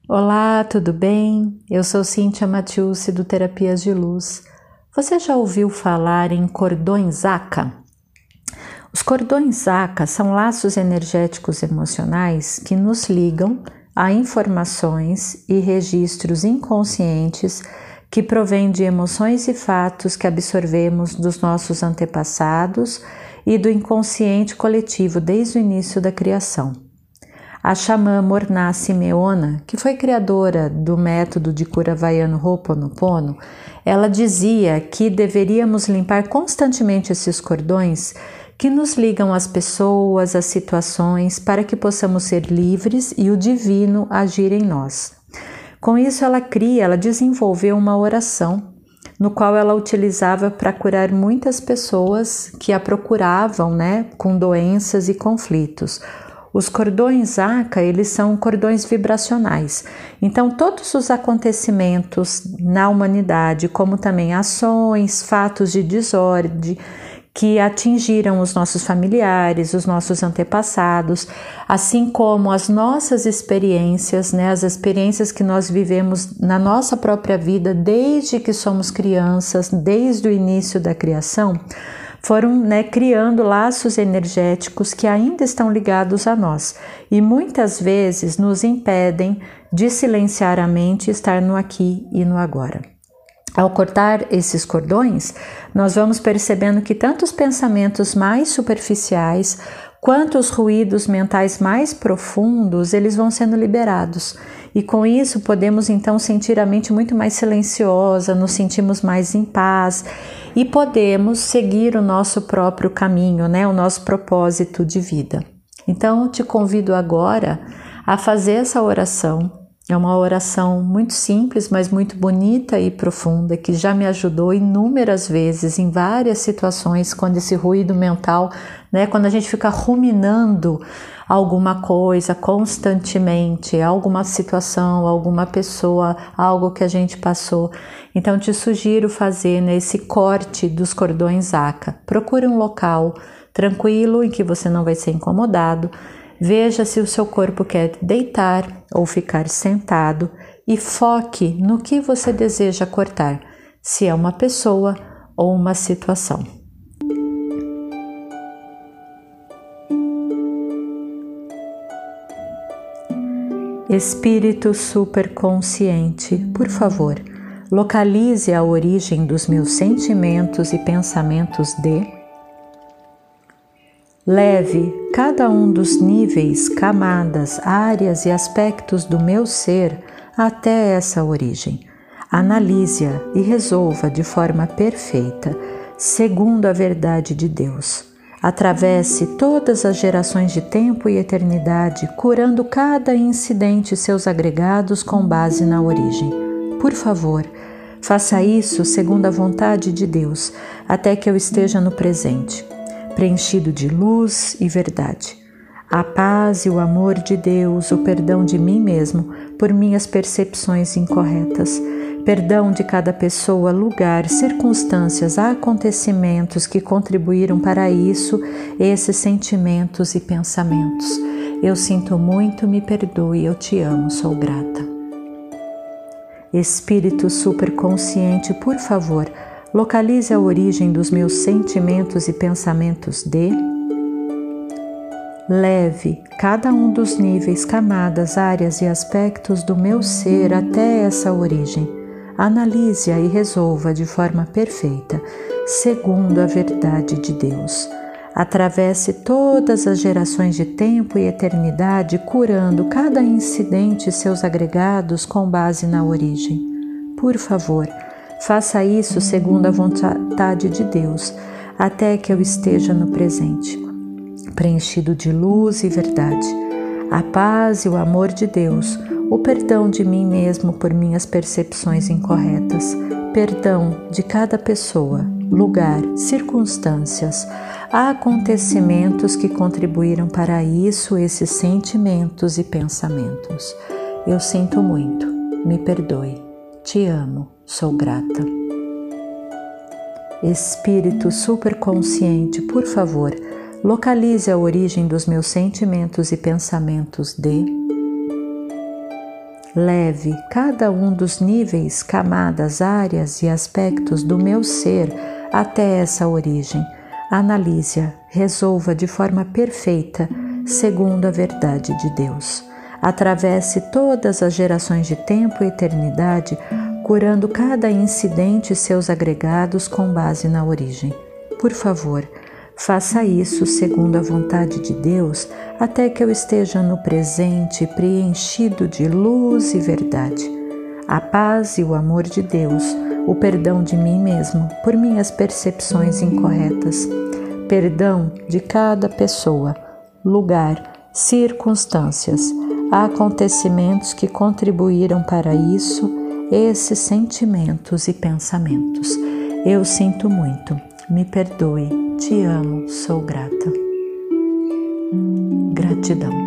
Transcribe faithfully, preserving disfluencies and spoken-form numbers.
Olá, tudo bem? Eu sou Cíntia Matiusi do Terapias de Luz. Você já ouviu falar em cordões Aka? Os cordões Aka são laços energéticos emocionais que nos ligam a informações e registros inconscientes que provêm de emoções e fatos que absorvemos dos nossos antepassados e do inconsciente coletivo desde o início da criação. A xamã Morná Simeona, que foi criadora do método de cura havaiano Ho'oponopono, ela dizia que deveríamos limpar constantemente esses cordões que nos ligam às pessoas, às situações, para que possamos ser livres e o divino agir em nós. Com isso, ela cria, ela desenvolveu uma oração, no qual ela utilizava para curar muitas pessoas que a procuravam, né, com doenças e conflitos. Os cordões Aka, eles são cordões vibracionais. Então, todos os acontecimentos na humanidade, como também ações, fatos de desordem, que atingiram os nossos familiares, os nossos antepassados, assim como as nossas experiências, né, as experiências que nós vivemos na nossa própria vida desde que somos crianças, desde o início da criação, foram, né, criando laços energéticos que ainda estão ligados a nós e muitas vezes nos impedem de silenciar a mente e estar no aqui e no agora. Ao cortar esses cordões, nós vamos percebendo que tanto os pensamentos mais superficiais quanto os ruídos mentais mais profundos, eles vão sendo liberados. E com isso podemos então sentir a mente muito mais silenciosa, nos sentimos mais em paz e podemos seguir o nosso próprio caminho, né? O nosso propósito de vida. Então eu te convido agora a fazer essa oração. É uma oração muito simples, mas muito bonita e profunda, que já me ajudou inúmeras vezes em várias situações, quando esse ruído mental, né, quando a gente fica ruminando alguma coisa constantemente, alguma situação, alguma pessoa, algo que a gente passou. Então te sugiro fazer, né, esse corte dos cordões Aka. Procure um local tranquilo em que você não vai ser incomodado. Veja se o seu corpo quer deitar ou ficar sentado e foque no que você deseja cortar, se é uma pessoa ou uma situação. Espírito superconsciente, por favor, localize a origem dos meus sentimentos e pensamentos de... Leve cada um dos níveis, camadas, áreas e aspectos do meu ser até essa origem. Analise-a e resolva de forma perfeita, segundo a verdade de Deus. Atravesse todas as gerações de tempo e eternidade, curando cada incidente e seus agregados com base na origem. Por favor, faça isso segundo a vontade de Deus, até que eu esteja no presente, preenchido de luz e verdade. A paz e o amor de Deus, o perdão de mim mesmo por minhas percepções incorretas, perdão de cada pessoa, lugar, circunstâncias, acontecimentos que contribuíram para isso, esses sentimentos e pensamentos. Eu sinto muito, me perdoe, eu te amo, sou grata. Espírito superconsciente, por favor, localize a origem dos meus sentimentos e pensamentos de... Leve cada um dos níveis, camadas, áreas e aspectos do meu ser até essa origem. Analise-a e resolva de forma perfeita, segundo a verdade de Deus. Atravesse todas as gerações de tempo e eternidade, curando cada incidente e seus agregados com base na origem. Por favor, faça isso segundo a vontade de Deus, até que eu esteja no presente, preenchido de luz e verdade. A paz e o amor de Deus, o perdão de mim mesmo por minhas percepções incorretas, perdão de cada pessoa, lugar, circunstâncias, acontecimentos que contribuíram para isso, esses sentimentos e pensamentos. Eu sinto muito, me perdoe, te amo, sou grata. Espírito superconsciente, por favor, localize a origem dos meus sentimentos e pensamentos de... Leve cada um dos níveis, camadas, áreas e aspectos do meu ser até essa origem. Analise-a, resolva de forma perfeita, segundo a verdade de Deus. Atravesse todas as gerações de tempo e eternidade, curando cada incidente e seus agregados com base na origem. Por favor, faça isso segundo a vontade de Deus, até que eu esteja no presente preenchido de luz e verdade. A paz e o amor de Deus, o perdão de mim mesmo por minhas percepções incorretas, perdão de cada pessoa, lugar, circunstâncias, acontecimentos que contribuíram para isso, esses sentimentos e pensamentos. Eu sinto muito, me perdoe, te amo, sou grata. Gratidão.